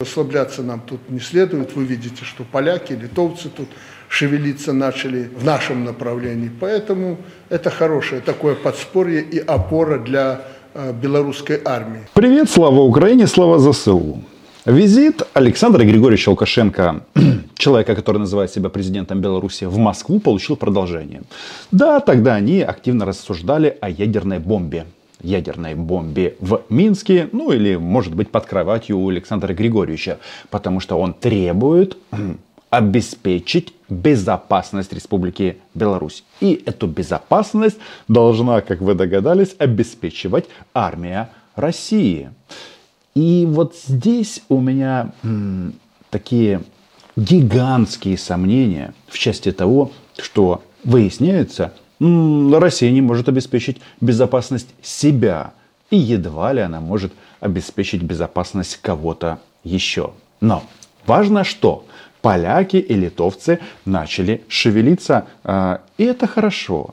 расслабляться нам тут не следует. Вы видите, что поляки, литовцы тут шевелиться начали в нашем направлении. Поэтому это хорошее такое подспорье и опора для белорусской армии. Привет, слава Украине, слава ЗСУ. Визит Александра Григорьевича Лукашенко, человека, который называет себя президентом Беларуси, в Москву, получил продолжение. Да, тогда они активно рассуждали о ядерной бомбе. Ядерной бомбе в Минске, ну или, может быть, под кроватью у Александра Григорьевича, потому что он требует обеспечить безопасность Республики Беларусь. И эту безопасность должна, как вы догадались, обеспечивать армия России. И вот здесь у меня такие гигантские сомнения в части того, что выясняется, Россия не может обеспечить безопасность себя. И едва ли она может обеспечить безопасность кого-то еще. Но важно, что поляки и литовцы начали шевелиться. И это хорошо.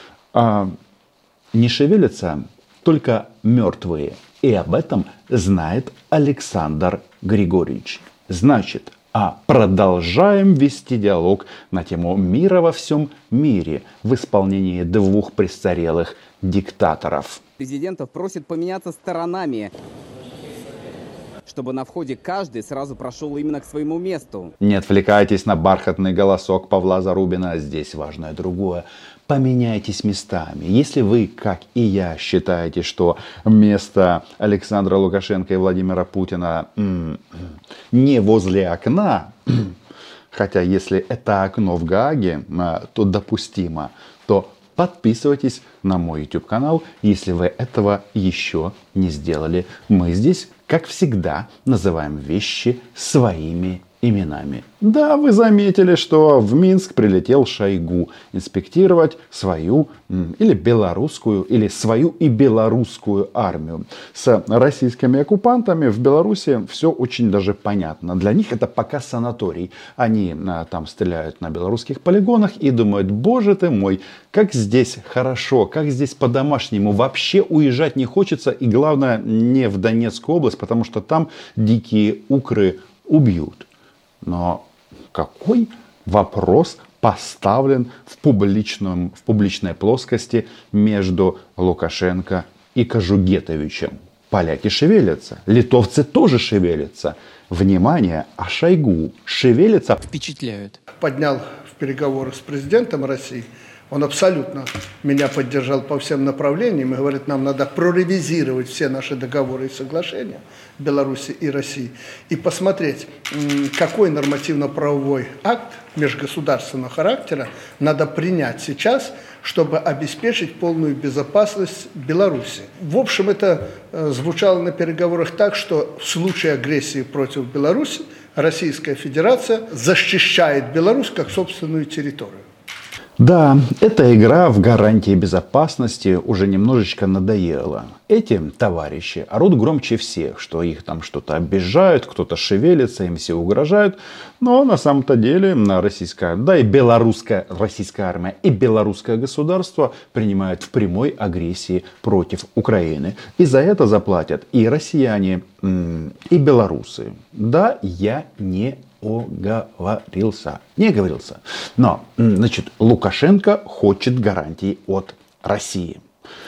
Не шевелятся только мертвые. И об этом знает Александр Григорьевич. Значит, продолжаем вести диалог на тему мира во всем мире в исполнении двух престарелых диктаторов. Президентов просит поменяться сторонами, чтобы на входе каждый сразу прошел именно к своему месту. Не отвлекайтесь на бархатный голосок Павла Зарубина. Здесь важное другое. Поменяйтесь местами. Если вы, как и я, считаете, что место Александра Лукашенко и Владимира Путина не возле окна, хотя если это окно в Гааге, то допустимо, то подписывайтесь на мой YouTube канал, если вы этого еще не сделали. Мы здесь, как всегда, называем вещи своими именами. Да, вы заметили, что в Минск прилетел Шойгу инспектировать свою или белорусскую, или свою и белорусскую армию. С российскими оккупантами в Беларуси все очень даже понятно. Для них это пока санаторий. Они там стреляют на белорусских полигонах и думают: боже ты мой, как здесь хорошо, как здесь по-домашнему. Вообще уезжать не хочется. И главное, не в Донецкую область, потому что там дикие укры убьют. Но какой вопрос поставлен в публичной плоскости между Лукашенко и Кожугетовичем? Поляки шевелятся, литовцы тоже шевелятся. Внимание, а Шойгу шевелится? Впечатляют. Поднял в переговорах с президентом России. Он абсолютно меня поддержал по всем направлениям и говорит, нам надо проревизировать все наши договоры и соглашения Беларуси и России и посмотреть, какой нормативно-правовой акт межгосударственного характера надо принять сейчас, чтобы обеспечить полную безопасность Беларуси. В общем, это звучало на переговорах так, что в случае агрессии против Беларуси Российская Федерация защищает Беларусь как собственную территорию. Да, эта игра в гарантии безопасности уже немножечко надоела. Эти товарищи орут громче всех, что их там что-то обижают, кто-то шевелится, им все угрожают. Но на самом-то деле российская, да и белорусская, российская армия и белорусское государство принимают в прямой агрессии против Украины. И за это заплатят и россияне, и белорусы. Да, я не оговорился. Не оговорился. Но, значит, Лукашенко хочет гарантий от России.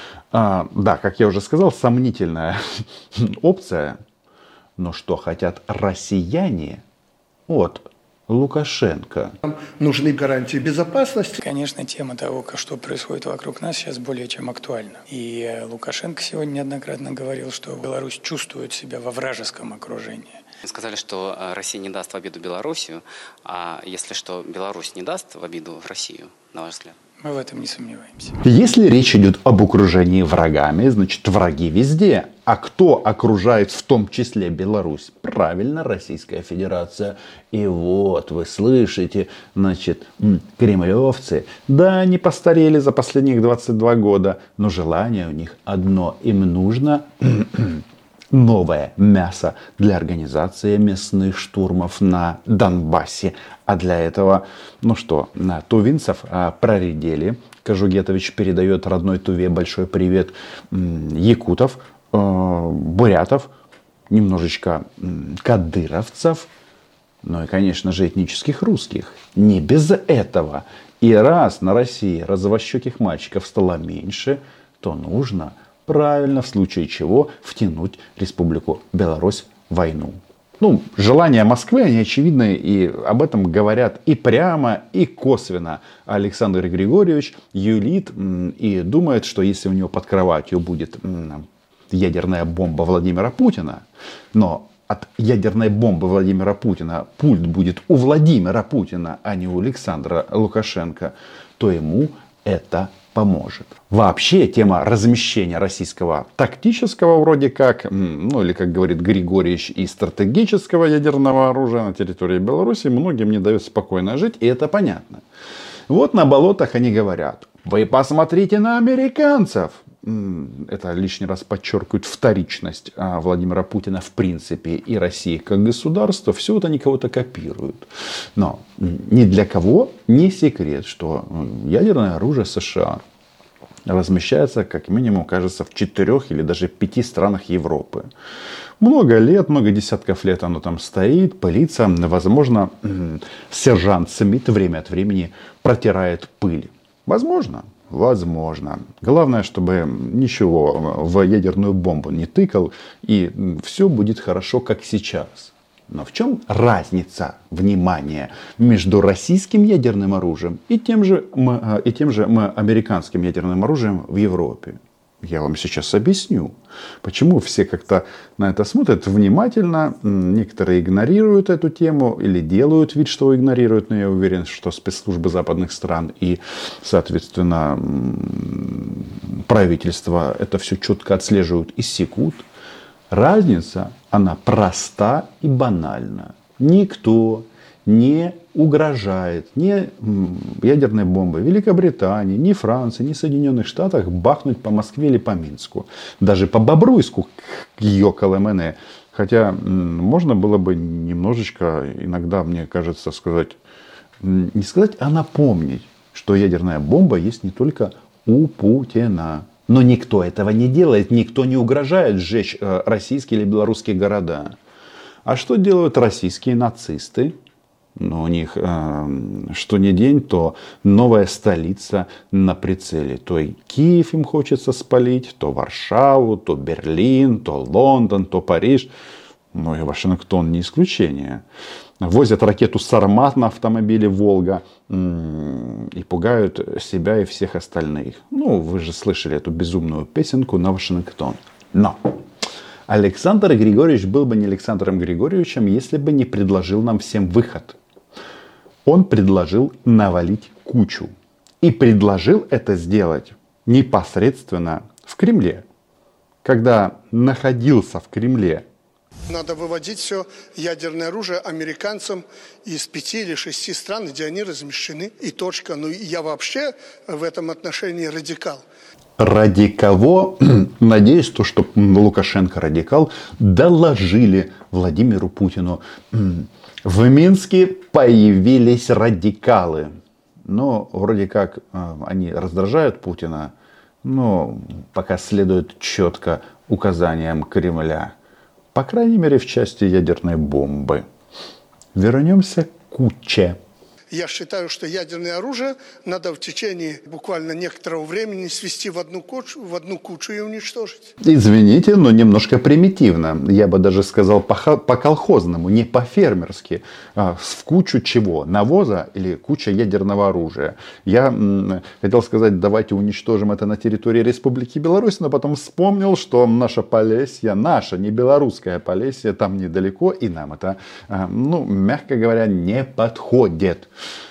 Да, как я уже сказал, сомнительная опция. Но что хотят россияне от Лукашенко? Нам нужны гарантии безопасности. Конечно, тема того, что происходит вокруг нас, сейчас более чем актуальна. И Лукашенко сегодня неоднократно говорил, что Беларусь чувствует себя во вражеском окружении. Сказали, что Россия не даст в обиду Белоруссию, а если что, Беларусь не даст в обиду Россию, на ваш взгляд? Мы в этом не сомневаемся. Если речь идет об окружении врагами, значит, враги везде. А кто окружает в том числе Беларусь? Правильно, Российская Федерация. И вот, вы слышите, значит, кремлевцы, да, они постарели за последних 22 года, но желание у них одно. Им нужно новое мясо для организации мясных штурмов на Донбассе. А для этого, тувинцев проредили. Кожугетович передает родной Туве большой привет. Якутов, бурятов немножечко кадыровцев, ну и, конечно же, этнических русских. Не без этого. И раз на России розовощеких мальчиков стало меньше, то нужно правильно, в случае чего, втянуть Республику Беларусь в войну. Ну, желания Москвы, они очевидны, и об этом говорят и прямо, и косвенно. Александр Григорьевич юлит и думает, что если у него под кроватью будет ядерная бомба Владимира Путина, но от ядерной бомбы Владимира Путина пульт будет у Владимира Путина, а не у Александра Лукашенко, то ему это поможет. Вообще тема размещения российского тактического вроде как, ну или как говорит Григорьевич, и стратегического ядерного оружия на территории Беларуси многим не дает спокойно жить, и это понятно. Вот на болотах они говорят: вы посмотрите на американцев. Это лишний раз подчеркивает вторичность Владимира Путина в принципе и России как государства. Все это они кого-то копируют. Но ни для кого не секрет, что ядерное оружие США размещается, как минимум, кажется, в 4 или даже 5 странах Европы. Много лет, много десятков лет оно там стоит, пылится. Возможно, сержант Смит время от времени протирает пыль. Возможно. Возможно. Главное, чтобы ничего в ядерную бомбу не тыкал, и все будет хорошо, как сейчас. Но в чем разница, внимание, между российским ядерным оружием и тем же американским ядерным оружием в Европе? Я вам сейчас объясню, почему все как-то на это смотрят внимательно. Некоторые игнорируют эту тему или делают вид, что игнорируют. Но я уверен, что спецслужбы западных стран и, соответственно, правительства это все четко отслеживают и секут. Разница, она проста и банальна. Никто не угрожает ни ядерной бомбой Великобритании, ни Франции, ни Соединенных Штатах бахнуть по Москве или по Минску. Даже по Бобруйску, ёкалэмэне. Хотя можно было бы немножечко, иногда, мне кажется, сказать, не сказать, а напомнить, что ядерная бомба есть не только у Путина. Но никто этого не делает, никто не угрожает сжечь российские или белорусские города. А что делают российские нацисты? Но у них что ни день, то новая столица на прицеле. То и Киев им хочется спалить, то Варшаву, то Берлин, то Лондон, то Париж. Ну и Вашингтон не исключение. Возят ракету «Сармат» на автомобиле «Волга» и пугают себя и всех остальных. Ну, вы же слышали эту безумную песенку на Вашингтон. Но Александр Григорьевич был бы не Александром Григорьевичем, если бы не предложил нам всем выход. Он предложил навалить кучу. И предложил это сделать непосредственно в Кремле. Когда находился в Кремле. Надо выводить все ядерное оружие американцам из 5 или 6 стран, где они размещены. И точка. Ну, я вообще в этом отношении радикал. Ради кого, надеюсь, что Лукашенко радикал, доложили Владимиру Путину. В Минске появились радикалы. Но вроде как они раздражают Путина, но пока следует четко указаниям Кремля. По крайней мере, в части ядерной бомбы. Вернемся к куче. Я считаю, что ядерное оружие надо в течение буквально некоторого времени свести в одну кучу и уничтожить. Извините, но немножко примитивно. Я бы даже сказал по-колхозному, не по-фермерски. В кучу чего? Навоза или куча ядерного оружия? Я хотел сказать, давайте уничтожим это на территории Республики Беларусь, но потом вспомнил, что наша Полесье, наша, не белорусская Полесье, там недалеко, и нам это, ну, мягко говоря, не подходит.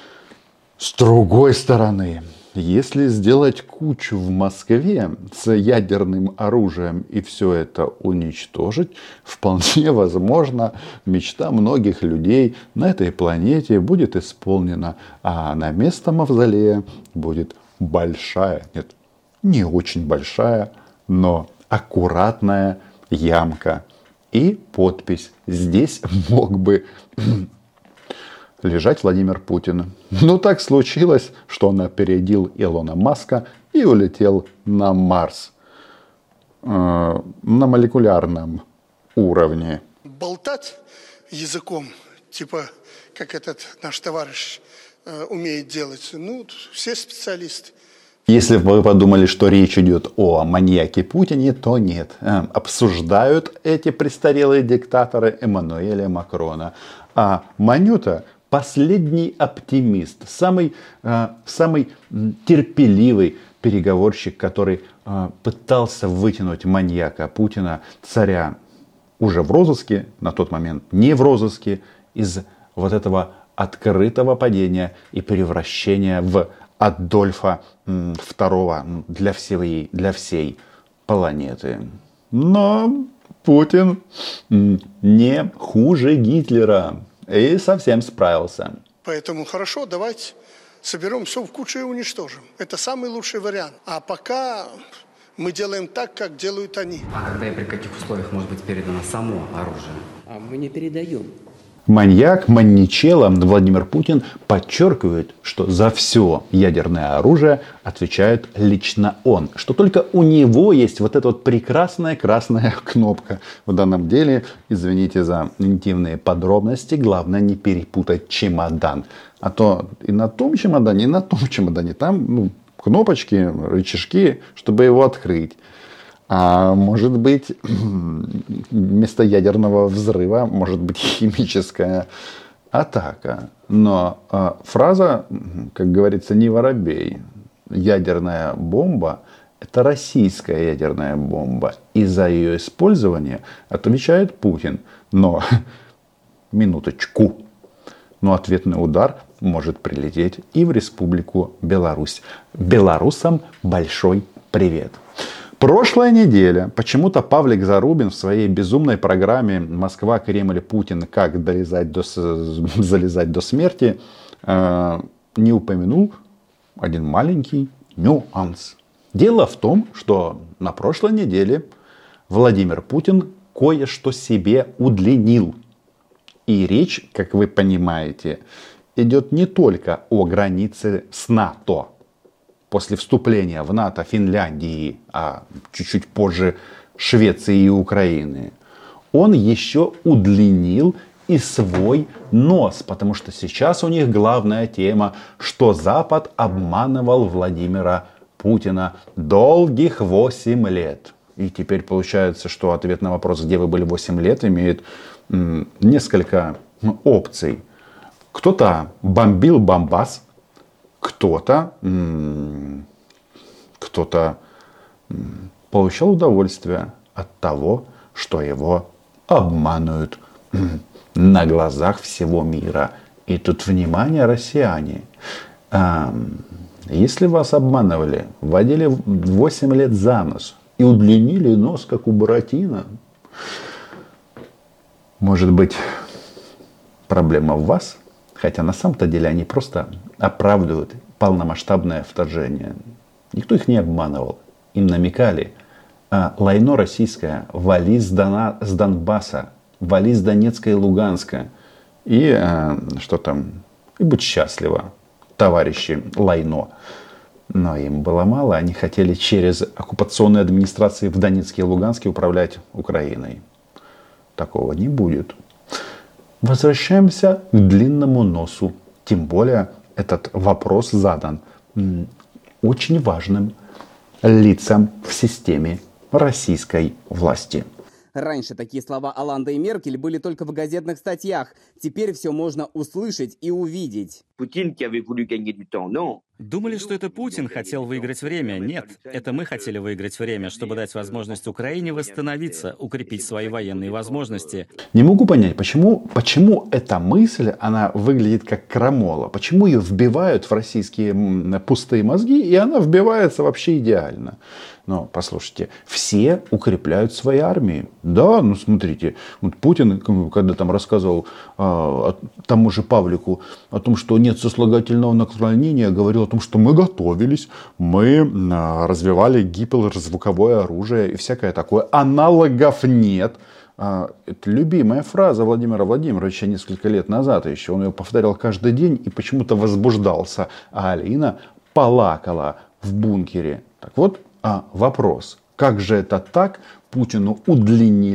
С другой стороны, если сделать кучу в Москве с ядерным оружием и все это уничтожить, вполне возможно, мечта многих людей на этой планете будет исполнена, а на место мавзолея будет большая, нет, не очень большая, но аккуратная ямка и подпись. Здесь мог бы лежать Владимир Путин. Но так случилось, что он опередил Илона Маска и улетел на Марс. На молекулярном уровне. Болтать языком, типа, как этот наш товарищ умеет делать, ну, все специалисты. Если вы подумали, что речь идет о маньяке Путине, то нет. Обсуждают эти престарелые диктаторы Эммануэля Макрона. А Манюта – последний оптимист, самый терпеливый переговорщик, который пытался вытянуть маньяка Путина, царя, уже в розыске, на тот момент не в розыске, из вот этого открытого падения и превращения в Адольфа II для всей планеты. Но Путин не хуже Гитлера и совсем справился. Поэтому хорошо, давайте соберем все в кучу и уничтожим. Это самый лучший вариант. А пока мы делаем так, как делают они. А когда и при каких условиях может быть передано само оружие? А мы не передаем. Маньяк, маньячелло Владимир Путин подчеркивает, что за все ядерное оружие отвечает лично он. Что только у него есть вот эта вот прекрасная красная кнопка. В данном деле, извините за интимные подробности, главное не перепутать чемодан. А то и на том чемодане, и на том чемодане там кнопочки, рычажки, чтобы его открыть. А может быть, вместо ядерного взрыва может быть химическая атака. Но фраза, как говорится, не воробей. Ядерная бомба – это российская ядерная бомба. И за ее использование отвечает Путин. Но, минуточку, но ответный удар может прилететь и в Республику Беларусь. Белорусам большой привет. Прошлая неделя почему-то Павлик Зарубин в своей безумной программе «Москва, Кремль, Путин. Как залезать до смерти» не упомянул один маленький нюанс. Дело в том, что на прошлой неделе Владимир Путин кое-что себе удлинил. И речь, как вы понимаете, идет не только о границе с НАТО. После вступления в НАТО Финляндии, а чуть-чуть позже Швеции и Украины, он еще удлинил и свой нос. Потому что сейчас у них главная тема, что Запад обманывал Владимира Путина долгих 8 лет. И теперь получается, что ответ на вопрос, где вы были 8 лет, имеет несколько опций. Кто-то бомбил Бомбас, кто-то получал удовольствие от того, что его обманывают на глазах всего мира. И тут, внимание, россияне. Если вас обманывали, водили 8 лет за нос и удлинили нос, как у Буратино, может быть, проблема в вас? Хотя на самом-то деле они просто оправдывают полномасштабное вторжение. Никто их не обманывал. Им намекали. Лайно российское, вали с Донбасса, вали с Донецка и Луганска. И что там? И будь счастлива, товарищи Лайно. Но им было мало. Они хотели через оккупационные администрации в Донецке и Луганске управлять Украиной. Такого не будет. Возвращаемся к длинному носу. Тем более этот вопрос задан очень важным лицам в системе российской власти. Раньше такие слова Оланды и Меркель были только в газетных статьях. Теперь все можно услышать и увидеть. Думали, что это Путин хотел выиграть время? Нет, это мы хотели выиграть время, чтобы дать возможность Украине восстановиться, укрепить свои военные возможности. Не могу понять, почему эта мысль, она выглядит как крамола. Почему ее вбивают в российские пустые мозги, и она вбивается вообще идеально. Но, послушайте, все укрепляют свои армии. Да, ну смотрите, вот Путин, когда там рассказывал тому же Павлику о том, что нет сослагательного наклонения, говорил о том, что мы готовились, мы развивали гиперзвуковое оружие и всякое такое. Аналогов нет. Это любимая фраза Владимира Владимировича несколько лет назад еще. Он ее повторял каждый день и почему-то возбуждался. А Алина плакала в бункере. Так вот, вопрос. Как же это так? Путину удлинили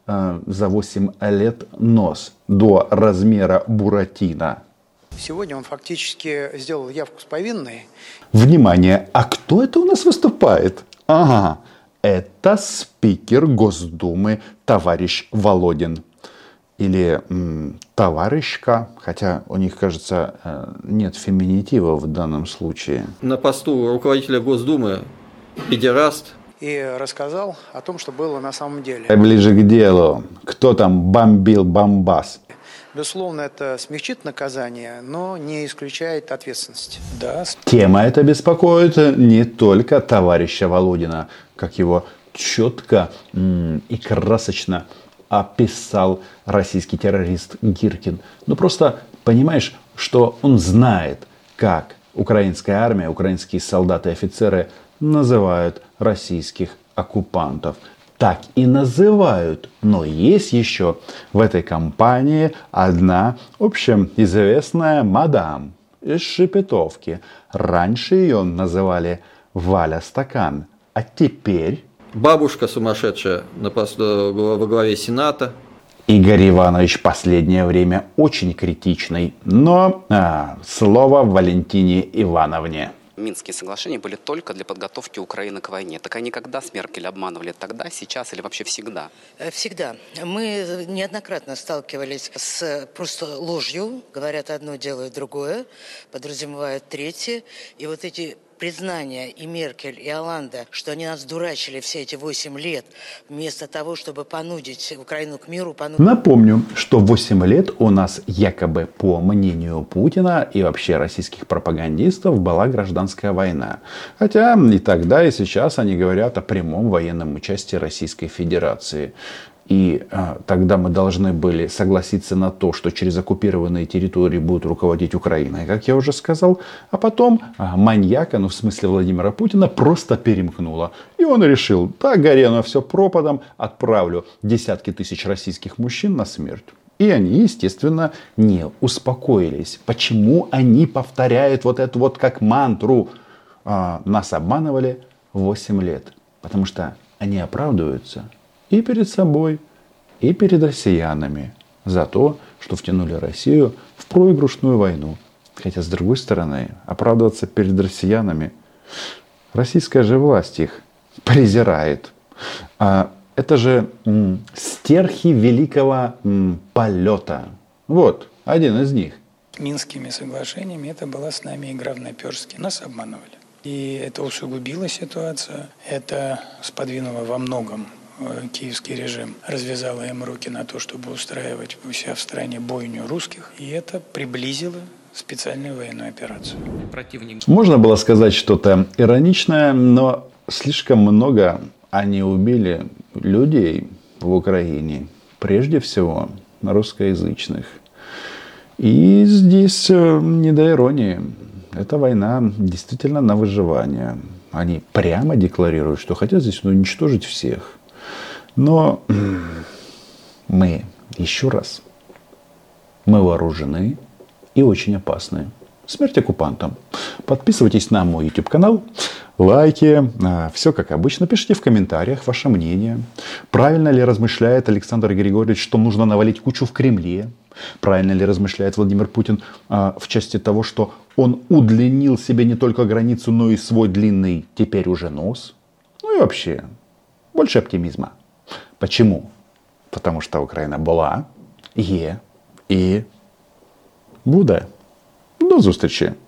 за 8 лет нос до размера Буратино. Сегодня он фактически сделал явку с повинной. Внимание, а кто это у нас выступает? Ага, это спикер Госдумы товарищ Володин. Или товарищка, хотя у них, кажется, нет феминитива в данном случае. На посту руководителя Госдумы педераст. И рассказал о том, что было на самом деле. Ближе к делу. Кто там бомбил Бомбас? Безусловно, это смягчит наказание, но не исключает ответственности. Да, Тема эта беспокоит не только товарища Володина, как его четко и красочно описал российский террорист Гиркин. Ну просто понимаешь, что он знает, как украинская армия, украинские солдаты и офицеры называют российских оккупантов. Так и называют. Но есть еще в этой компании одна общеизвестная мадам из Шепетовки. Раньше ее называли Валя Стакан, а теперь... Бабушка сумасшедшая во главе Сената. Игорь Иванович последнее время очень критичный. Но слово Валентине Ивановне. Минские соглашения были только для подготовки Украины к войне. Так они когда с Меркель обманывали? Тогда, сейчас или вообще всегда? Всегда. Мы неоднократно сталкивались с просто ложью. Говорят одно, делают другое, подразумевают третье. И вот эти признания и Меркель, и Олланда, что они нас дурачили все эти 8 лет, вместо того, чтобы понудить Украину к миру. Напомню, что 8 лет у нас якобы, по мнению Путина и вообще российских пропагандистов, была гражданская война. Хотя и тогда, и сейчас они говорят о прямом военном участии Российской Федерации. И тогда мы должны были согласиться на то, что через оккупированные территории будет руководить Украиной, как я уже сказал. А потом маньяка, ну в смысле Владимира Путина, просто перемкнуло. И он решил, да, гори оно все пропадом, отправлю десятки тысяч российских мужчин на смерть. И они, естественно, не успокоились. Почему они повторяют вот эту вот как мантру? Нас обманывали 8 лет. Потому что они оправдываются и перед собой, и перед россиянами за то, что втянули Россию в проигрышную войну. Хотя, с другой стороны, оправдываться перед россиянами, российская же власть их презирает. Это же стерхи великого полета. Вот, один из них. Минскими соглашениями это была с нами игра в наперстки. Нас обманывали. И это усугубило ситуацию. Это сподвинуло во многом киевский режим, развязало им руки на то, чтобы устраивать у себя в стране бойню русских. И это приблизило специальную военную операцию. Можно было сказать что-то ироничное, но слишком много они убили людей в Украине. Прежде всего русскоязычных. И здесь не до иронии. Эта война действительно на выживание. Они прямо декларируют, что хотят здесь уничтожить всех. Но мы, еще раз, мы вооружены и очень опасны. Смерть оккупантам. Подписывайтесь на мой YouTube канал, лайки, все как обычно. Пишите в комментариях ваше мнение. Правильно ли размышляет Александр Григорьевич, что нужно навалить кучу в Кремле? Правильно ли размышляет Владимир Путин в части того, что он удлинил себе не только границу, но и свой длинный теперь уже нос? Ну и вообще, больше оптимизма. Почему? Потому що Україна була, є і буде. До зустрічі!